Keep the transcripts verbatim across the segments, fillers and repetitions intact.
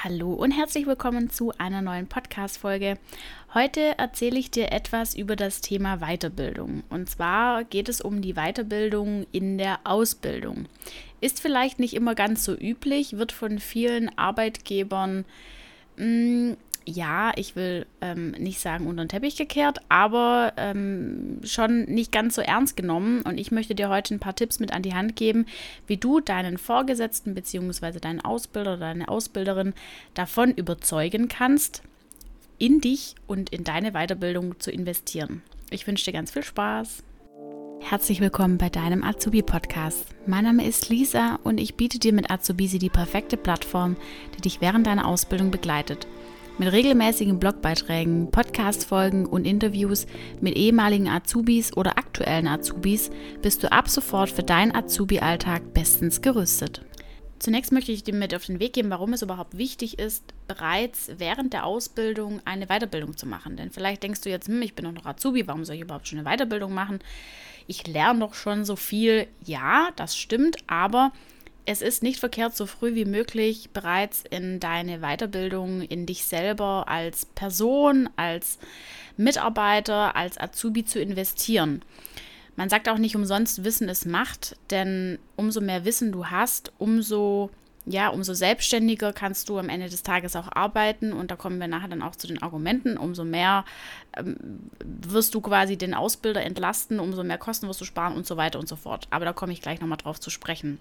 Hallo und herzlich willkommen zu einer neuen Podcast-Folge. Heute erzähle ich dir etwas über das Thema Weiterbildung. Und zwar geht es um die Weiterbildung in der Ausbildung. Ist vielleicht nicht immer ganz so üblich, wird von vielen Arbeitgebern, mh, ja, ich will ähm, nicht sagen unter den Teppich gekehrt, aber ähm, schon nicht ganz so ernst genommen. Und ich möchte dir heute ein paar Tipps mit an die Hand geben, wie du deinen Vorgesetzten bzw. deinen Ausbilder oder deine Ausbilderin davon überzeugen kannst, in dich und in deine Weiterbildung zu investieren. Ich wünsche dir ganz viel Spaß. Herzlich willkommen bei deinem Azubi-Podcast. Mein Name ist Lisa und ich biete dir mit Azubisi die perfekte Plattform, die dich während deiner Ausbildung begleitet. Mit regelmäßigen Blogbeiträgen, Podcast-Folgen und Interviews mit ehemaligen Azubis oder aktuellen Azubis bist du ab sofort für deinen Azubi-Alltag bestens gerüstet. Zunächst möchte ich dir mit auf den Weg geben, warum es überhaupt wichtig ist, bereits während der Ausbildung eine Weiterbildung zu machen. Denn vielleicht denkst du jetzt, hm, ich bin doch noch Azubi, warum soll ich überhaupt schon eine Weiterbildung machen? Ich lerne doch schon so viel. Ja, das stimmt, aber es ist nicht verkehrt, so früh wie möglich bereits in deine Weiterbildung, in dich selber als Person, als Mitarbeiter, als Azubi zu investieren. Man sagt auch nicht umsonst, Wissen ist Macht, denn umso mehr Wissen du hast, umso, ja, umso selbstständiger kannst du am Ende des Tages auch arbeiten. Und da kommen wir nachher dann auch zu den Argumenten. Umso mehr ähm, wirst du quasi den Ausbilder entlasten, umso mehr Kosten wirst du sparen und so weiter und so fort. Aber da komme ich gleich nochmal drauf zu sprechen.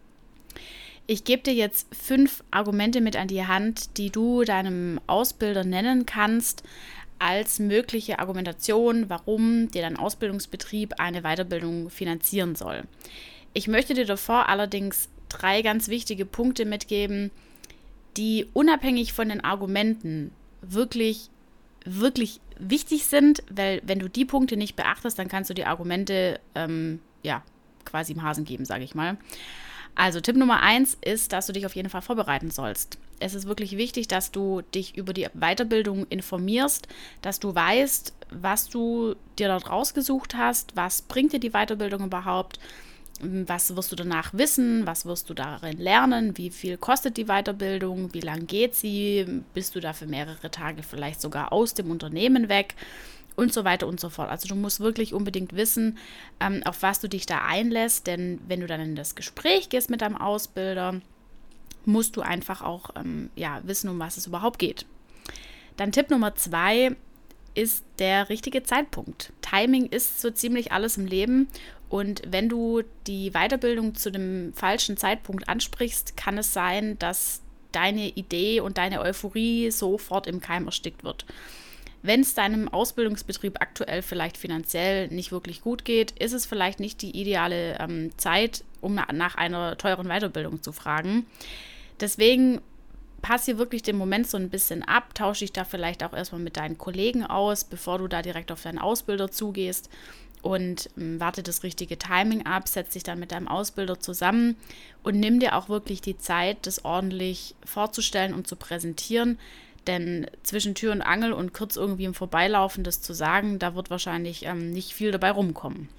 Ich gebe dir jetzt fünf Argumente mit an die Hand, die du deinem Ausbilder nennen kannst, als mögliche Argumentation, warum dir dein Ausbildungsbetrieb eine Weiterbildung finanzieren soll. Ich möchte dir davor allerdings drei ganz wichtige Punkte mitgeben, die unabhängig von den Argumenten wirklich, wirklich wichtig sind, weil wenn du die Punkte nicht beachtest, dann kannst du die Argumente ähm, ja, quasi im Hasen geben, sage ich mal. Also Tipp Nummer eins ist, dass du dich auf jeden Fall vorbereiten sollst. Es ist wirklich wichtig, dass du dich über die Weiterbildung informierst, dass du weißt, was du dir dort rausgesucht hast, was bringt dir die Weiterbildung überhaupt, was wirst du danach wissen, was wirst du darin lernen, wie viel kostet die Weiterbildung, wie lang geht sie, bist du da für mehrere Tage vielleicht sogar aus dem Unternehmen weg und so weiter und so fort. Also du musst wirklich unbedingt wissen, ähm, auf was du dich da einlässt, denn wenn du dann in das Gespräch gehst mit deinem Ausbilder, musst du einfach auch ähm, ja, wissen, um was es überhaupt geht. Dann Tipp Nummer zwei ist der richtige Zeitpunkt. Timing ist so ziemlich alles im Leben und wenn du die Weiterbildung zu dem falschen Zeitpunkt ansprichst, kann es sein, dass deine Idee und deine Euphorie sofort im Keim erstickt wird. Wenn es deinem Ausbildungsbetrieb aktuell vielleicht finanziell nicht wirklich gut geht, ist es vielleicht nicht die ideale ähm, Zeit, um nach einer teuren Weiterbildung zu fragen. Deswegen pass hier wirklich den Moment so ein bisschen ab, tausche dich da vielleicht auch erstmal mit deinen Kollegen aus, bevor du da direkt auf deinen Ausbilder zugehst und ähm, warte das richtige Timing ab, setz dich dann mit deinem Ausbilder zusammen und nimm dir auch wirklich die Zeit, das ordentlich vorzustellen und zu präsentieren. Denn zwischen Tür und Angel und kurz irgendwie im Vorbeilaufen das zu sagen, da wird wahrscheinlich ähm, nicht viel dabei rumkommen.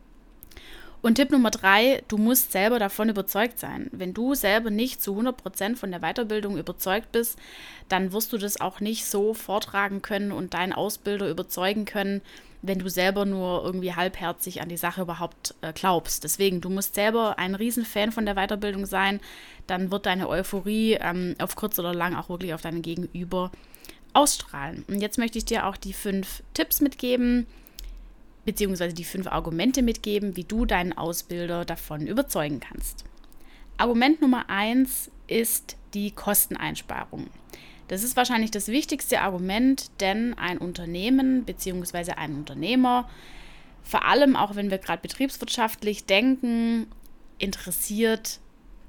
Und Tipp Nummer drei, du musst selber davon überzeugt sein. Wenn du selber nicht zu hundert Prozent von der Weiterbildung überzeugt bist, dann wirst du das auch nicht so vortragen können und deinen Ausbilder überzeugen können, wenn du selber nur irgendwie halbherzig an die Sache überhaupt äh, glaubst. Deswegen, du musst selber ein Riesenfan von der Weiterbildung sein, dann wird deine Euphorie ähm, auf kurz oder lang auch wirklich auf deinen Gegenüber ausstrahlen. Und jetzt möchte ich dir auch die fünf Tipps mitgeben, beziehungsweise die fünf Argumente mitgeben, wie du deinen Ausbilder davon überzeugen kannst. Argument Nummer eins ist die Kosteneinsparung. Das ist wahrscheinlich das wichtigste Argument, denn ein Unternehmen bzw. ein Unternehmer, vor allem auch wenn wir gerade betriebswirtschaftlich denken, interessiert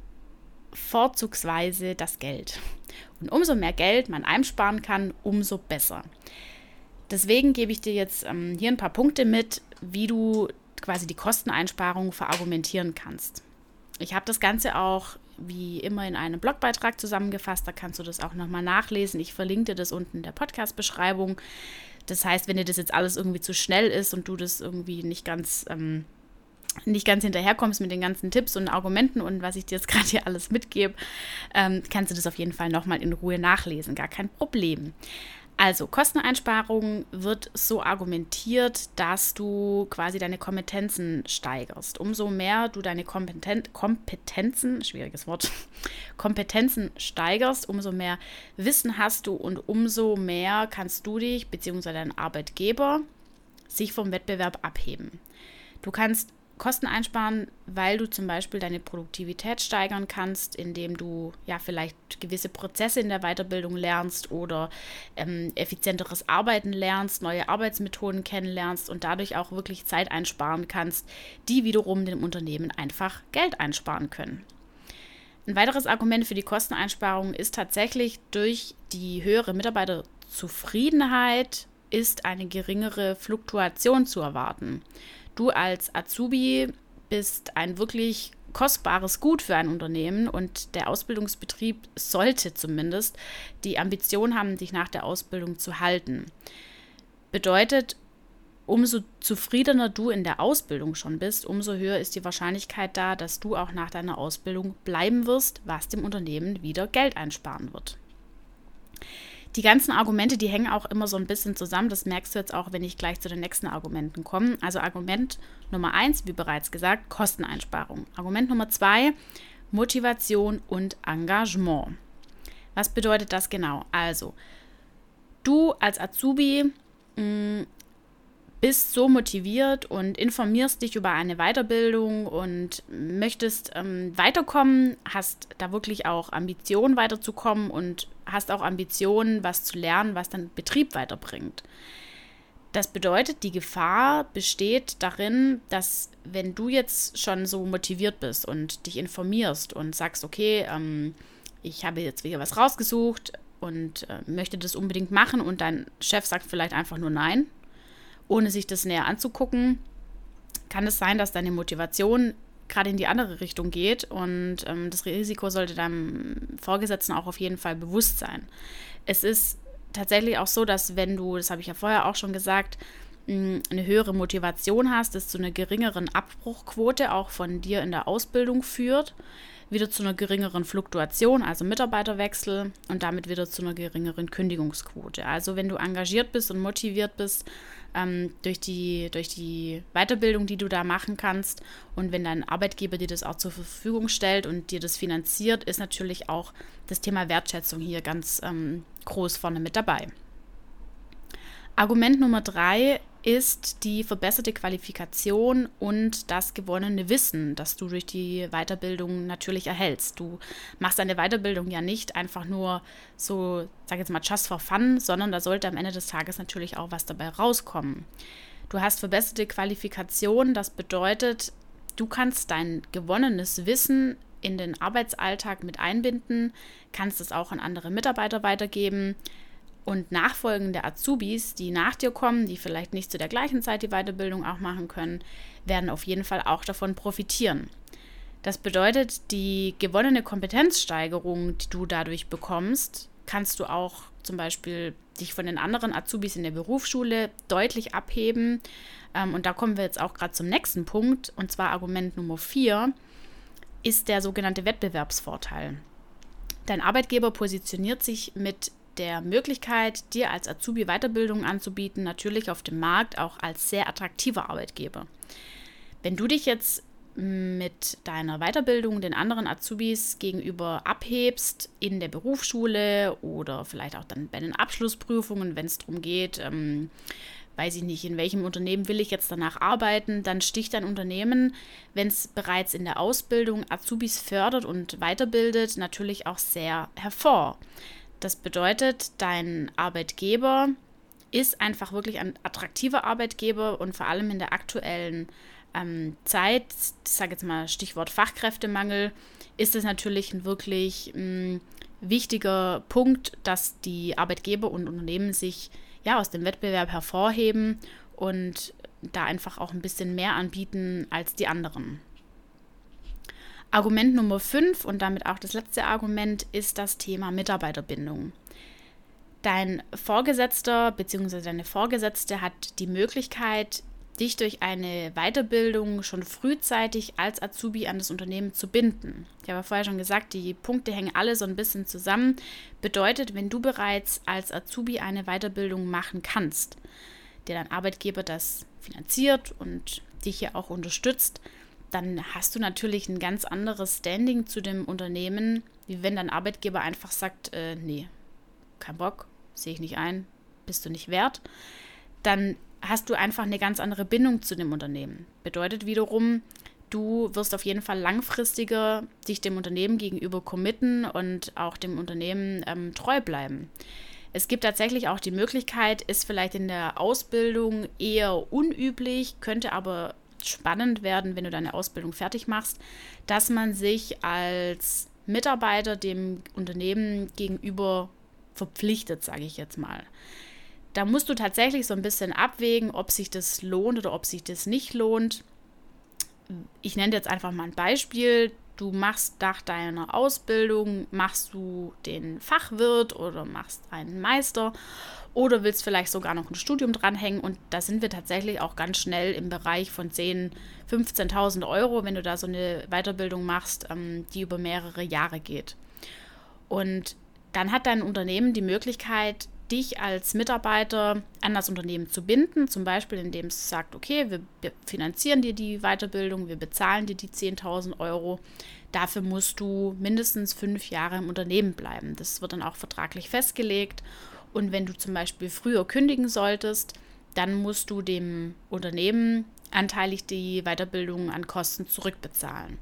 vorzugsweise das Geld. Und umso mehr Geld man einsparen kann, umso besser. Deswegen gebe ich dir jetzt ähm, hier ein paar Punkte mit, wie du quasi die Kosteneinsparung verargumentieren kannst. Ich habe das Ganze auch wie immer in einem Blogbeitrag zusammengefasst, da kannst du das auch nochmal nachlesen. Ich verlinke dir das unten in der Podcast-Beschreibung. Das heißt, wenn dir das jetzt alles irgendwie zu schnell ist und du das irgendwie nicht ganz ähm, nicht ganz hinterherkommst mit den ganzen Tipps und Argumenten und was ich dir jetzt gerade hier alles mitgebe, ähm, kannst du das auf jeden Fall nochmal in Ruhe nachlesen. Gar kein Problem. Also, Kosteneinsparung wird so argumentiert, dass du quasi deine Kompetenzen steigerst. Umso mehr du deine Kompeten- Kompetenzen, schwieriges Wort, Kompetenzen steigerst, umso mehr Wissen hast du und umso mehr kannst du dich bzw. dein Arbeitgeber sich vom Wettbewerb abheben. Du kannst Kosten einsparen, weil du zum Beispiel deine Produktivität steigern kannst, indem du ja vielleicht gewisse Prozesse in der Weiterbildung lernst oder ähm, effizienteres Arbeiten lernst, neue Arbeitsmethoden kennenlernst und dadurch auch wirklich Zeit einsparen kannst, die wiederum dem Unternehmen einfach Geld einsparen können. Ein weiteres Argument für die Kosteneinsparung ist tatsächlich, durch die höhere Mitarbeiterzufriedenheit ist eine geringere Fluktuation zu erwarten. Du als Azubi bist ein wirklich kostbares Gut für ein Unternehmen und der Ausbildungsbetrieb sollte zumindest die Ambition haben, dich nach der Ausbildung zu halten. Bedeutet, umso zufriedener du in der Ausbildung schon bist, umso höher ist die Wahrscheinlichkeit da, dass du auch nach deiner Ausbildung bleiben wirst, was dem Unternehmen wieder Geld einsparen wird. Die ganzen Argumente, die hängen auch immer so ein bisschen zusammen. Das merkst du jetzt auch, wenn ich gleich zu den nächsten Argumenten komme. Also Argument Nummer eins, wie bereits gesagt, Kosteneinsparung. Argument Nummer zwei, Motivation und Engagement. Was bedeutet das genau? Also, du als Azubi mh, bist so motiviert und informierst dich über eine Weiterbildung und möchtest ähm, weiterkommen, hast da wirklich auch Ambitionen weiterzukommen und hast auch Ambitionen, was zu lernen, was dann Betrieb weiterbringt. Das bedeutet, die Gefahr besteht darin, dass wenn du jetzt schon so motiviert bist und dich informierst und sagst, okay, ähm, ich habe jetzt wieder was rausgesucht und äh, möchte das unbedingt machen und dein Chef sagt vielleicht einfach nur nein, ohne sich das näher anzugucken, kann es sein, dass deine Motivation gerade in die andere Richtung geht und ähm, das Risiko sollte deinem Vorgesetzten auch auf jeden Fall bewusst sein. Es ist tatsächlich auch so, dass wenn du, das habe ich ja vorher auch schon gesagt, mh, eine höhere Motivation hast, das zu einer geringeren Abbruchquote auch von dir in der Ausbildung führt, wieder zu einer geringeren Fluktuation, also Mitarbeiterwechsel und damit wieder zu einer geringeren Kündigungsquote. Also wenn du engagiert bist und motiviert bist ähm, durch die, durch die Weiterbildung, die du da machen kannst und wenn dein Arbeitgeber dir das auch zur Verfügung stellt und dir das finanziert, ist natürlich auch das Thema Wertschätzung hier ganz ähm, groß vorne mit dabei. Argument Nummer drei ist die verbesserte Qualifikation und das gewonnene Wissen, das du durch die Weiterbildung natürlich erhältst. Du machst deine Weiterbildung ja nicht einfach nur so, sag jetzt mal, just for fun, sondern da sollte am Ende des Tages natürlich auch was dabei rauskommen. Du hast verbesserte Qualifikation, das bedeutet, du kannst dein gewonnenes Wissen in den Arbeitsalltag mit einbinden, kannst es auch an andere Mitarbeiter weitergeben. Und nachfolgende Azubis, die nach dir kommen, die vielleicht nicht zu der gleichen Zeit die Weiterbildung auch machen können, werden auf jeden Fall auch davon profitieren. Das bedeutet, die gewonnene Kompetenzsteigerung, die du dadurch bekommst, kannst du auch zum Beispiel dich von den anderen Azubis in der Berufsschule deutlich abheben. Und da kommen wir jetzt auch gerade zum nächsten Punkt, und zwar Argument Nummer vier, ist der sogenannte Wettbewerbsvorteil. Dein Arbeitgeber positioniert sich mit der Möglichkeit, dir als Azubi Weiterbildung anzubieten, natürlich auf dem Markt auch als sehr attraktiver Arbeitgeber. Wenn du dich jetzt mit deiner Weiterbildung den anderen Azubis gegenüber abhebst in der Berufsschule oder vielleicht auch dann bei den Abschlussprüfungen, wenn es darum geht, ähm, weiß ich nicht, in welchem Unternehmen will ich jetzt danach arbeiten, dann sticht dein Unternehmen, wenn es bereits in der Ausbildung Azubis fördert und weiterbildet, natürlich auch sehr hervor. Das bedeutet, dein Arbeitgeber ist einfach wirklich ein attraktiver Arbeitgeber und vor allem in der aktuellen ähm, Zeit, ich sage jetzt mal Stichwort Fachkräftemangel, ist es natürlich ein wirklich ähm, wichtiger Punkt, dass die Arbeitgeber und Unternehmen sich ja aus dem Wettbewerb hervorheben und da einfach auch ein bisschen mehr anbieten als die anderen. Argument Nummer fünf und damit auch das letzte Argument ist das Thema Mitarbeiterbindung. Dein Vorgesetzter bzw. deine Vorgesetzte hat die Möglichkeit, dich durch eine Weiterbildung schon frühzeitig als Azubi an das Unternehmen zu binden. Ich habe vorher schon gesagt, die Punkte hängen alle so ein bisschen zusammen. Bedeutet, wenn du bereits als Azubi eine Weiterbildung machen kannst, der dein Arbeitgeber das finanziert und dich ja auch unterstützt, dann hast du natürlich ein ganz anderes Standing zu dem Unternehmen, wie wenn dein Arbeitgeber einfach sagt, äh, nee, kein Bock, sehe ich nicht ein, bist du nicht wert. Dann hast du einfach eine ganz andere Bindung zu dem Unternehmen. Bedeutet wiederum, du wirst auf jeden Fall langfristiger dich dem Unternehmen gegenüber committen und auch dem Unternehmen ähm, treu bleiben. Es gibt tatsächlich auch die Möglichkeit, ist vielleicht in der Ausbildung eher unüblich, könnte aber spannend werden, wenn du deine Ausbildung fertig machst, dass man sich als Mitarbeiter dem Unternehmen gegenüber verpflichtet, sage ich jetzt mal. Da musst du tatsächlich so ein bisschen abwägen, ob sich das lohnt oder ob sich das nicht lohnt. Ich nenne jetzt einfach mal ein Beispiel. Du machst nach deiner Ausbildung, machst du den Fachwirt oder machst einen Meister oder willst vielleicht sogar noch ein Studium dranhängen, und da sind wir tatsächlich auch ganz schnell im Bereich von zehntausend, fünfzehntausend Euro, wenn du da so eine Weiterbildung machst, die über mehrere Jahre geht. Und dann hat dein Unternehmen die Möglichkeit, dich als Mitarbeiter an das Unternehmen zu binden, zum Beispiel indem es sagt, okay, wir finanzieren dir die Weiterbildung, wir bezahlen dir die zehntausend Euro, dafür musst du mindestens fünf Jahre im Unternehmen bleiben. Das wird dann auch vertraglich festgelegt, und wenn du zum Beispiel früher kündigen solltest, dann musst du dem Unternehmen anteilig die Weiterbildung an Kosten zurückbezahlen.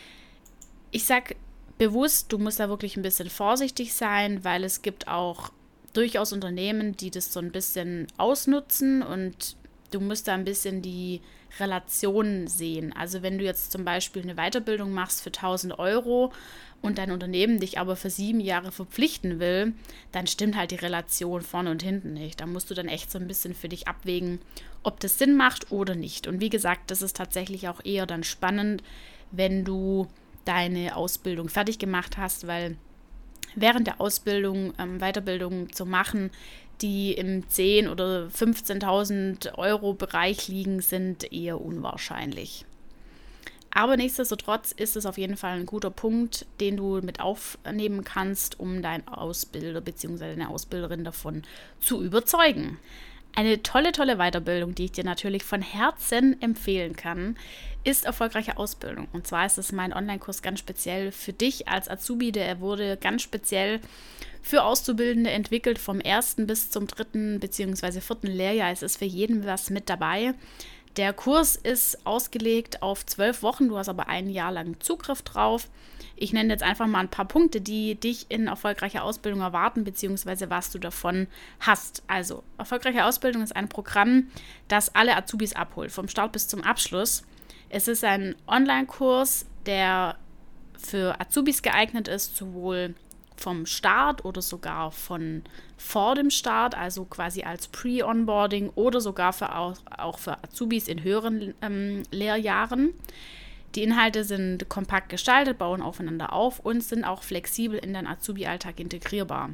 Ich sage bewusst, du musst da wirklich ein bisschen vorsichtig sein, weil es gibt auch durchaus Unternehmen, die das so ein bisschen ausnutzen, und du musst da ein bisschen die Relation sehen. Also wenn du jetzt zum Beispiel eine Weiterbildung machst für tausend Euro und dein Unternehmen dich aber für sieben Jahre verpflichten will, dann stimmt halt die Relation vorne und hinten nicht. Da musst du dann echt so ein bisschen für dich abwägen, ob das Sinn macht oder nicht. Und wie gesagt, das ist tatsächlich auch eher dann spannend, wenn du deine Ausbildung fertig gemacht hast, weil während der Ausbildung ähm, Weiterbildung zu machen, die im zehntausend oder fünfzehntausend Euro Bereich liegen, sind eher unwahrscheinlich. Aber nichtsdestotrotz ist es auf jeden Fall ein guter Punkt, den du mit aufnehmen kannst, um deinen Ausbilder bzw. deine Ausbilderin davon zu überzeugen. Eine tolle, tolle Weiterbildung, die ich dir natürlich von Herzen empfehlen kann, ist erfolgreiche Ausbildung. Und zwar ist es mein Online-Kurs ganz speziell für dich als Azubi. Der wurde ganz speziell für Auszubildende entwickelt, vom ersten bis zum dritten bzw. vierten Lehrjahr. Es ist für jeden was mit dabei. Der Kurs ist ausgelegt auf zwölf Wochen, du hast aber ein Jahr lang Zugriff drauf. Ich nenne jetzt einfach mal ein paar Punkte, die dich in erfolgreicher Ausbildung erwarten, beziehungsweise was du davon hast. Also, erfolgreiche Ausbildung ist ein Programm, das alle Azubis abholt, vom Start bis zum Abschluss. Es ist ein Online-Kurs, der für Azubis geeignet ist, sowohl vom Start oder sogar von vor dem Start, also quasi als Pre-Onboarding, oder sogar für auch, auch für Azubis in höheren ähm, Lehrjahren. Die Inhalte sind kompakt gestaltet, bauen aufeinander auf und sind auch flexibel in deinen Azubi-Alltag integrierbar.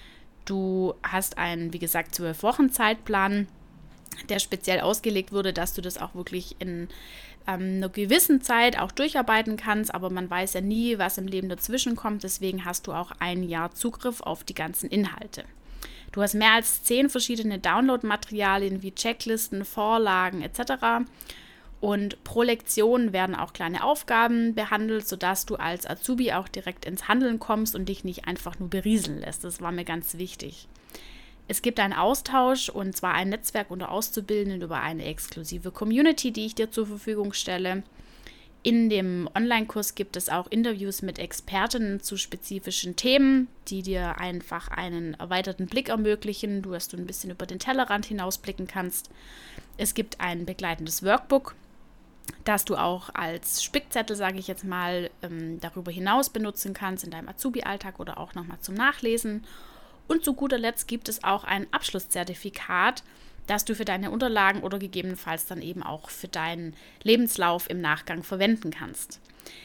Du hast einen, wie gesagt, zwölf Wochen Zeitplan, der speziell ausgelegt wurde, dass du das auch wirklich in ähm, einer gewissen Zeit auch durcharbeiten kannst, aber man weiß ja nie, was im Leben dazwischen kommt, deswegen hast du auch ein Jahr Zugriff auf die ganzen Inhalte. Du hast mehr als zehn verschiedene Download-Materialien wie Checklisten, Vorlagen et cetera. Und pro Lektion werden auch kleine Aufgaben behandelt, sodass du als Azubi auch direkt ins Handeln kommst und dich nicht einfach nur berieseln lässt. Das war mir ganz wichtig. Es gibt einen Austausch, und zwar ein Netzwerk unter Auszubildenden über eine exklusive Community, die ich dir zur Verfügung stelle. In dem Online-Kurs gibt es auch Interviews mit Expertinnen zu spezifischen Themen, die dir einfach einen erweiterten Blick ermöglichen, dass du ein bisschen über den Tellerrand hinausblicken kannst. Es gibt ein begleitendes Workbook, das du auch als Spickzettel, sage ich jetzt mal, ähm, darüber hinaus benutzen kannst in deinem Azubi-Alltag oder auch nochmal zum Nachlesen. Und zu guter Letzt gibt es auch ein Abschlusszertifikat, das du für deine Unterlagen oder gegebenenfalls dann eben auch für deinen Lebenslauf im Nachgang verwenden kannst.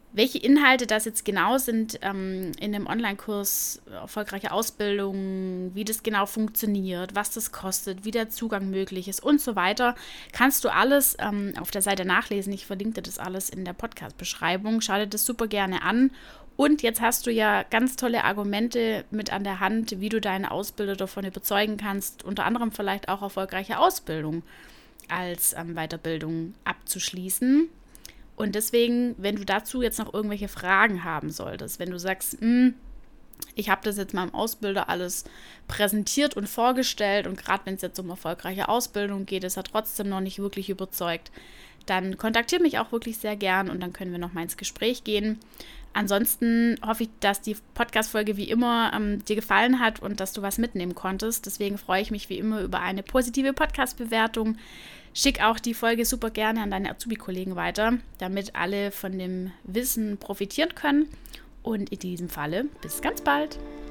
Welche Inhalte das jetzt genau sind ähm, in dem Online-Kurs Erfolgreiche Ausbildung, wie das genau funktioniert, was das kostet, wie der Zugang möglich ist und so weiter, kannst du alles ähm, auf der Seite nachlesen. Ich verlinke dir das alles in der Podcast-Beschreibung. Schau dir das super gerne an. Und jetzt hast du ja ganz tolle Argumente mit an der Hand, wie du deine Ausbilder davon überzeugen kannst, unter anderem vielleicht auch erfolgreiche Ausbildung als ähm, Weiterbildung abzuschließen. Und deswegen, wenn du dazu jetzt noch irgendwelche Fragen haben solltest, wenn du sagst, ich habe das jetzt meinem Ausbilder alles präsentiert und vorgestellt und gerade wenn es jetzt um erfolgreiche Ausbildung geht, ist er trotzdem noch nicht wirklich überzeugt, dann kontaktiere mich auch wirklich sehr gern und dann können wir noch mal ins Gespräch gehen. Ansonsten hoffe ich, dass die Podcast-Folge wie immer ähm, dir gefallen hat und dass du was mitnehmen konntest. Deswegen freue ich mich wie immer über eine positive Podcast-Bewertung. Schick auch die Folge super gerne an deine Azubi-Kollegen weiter, damit alle von dem Wissen profitieren können. Und in diesem Falle bis ganz bald.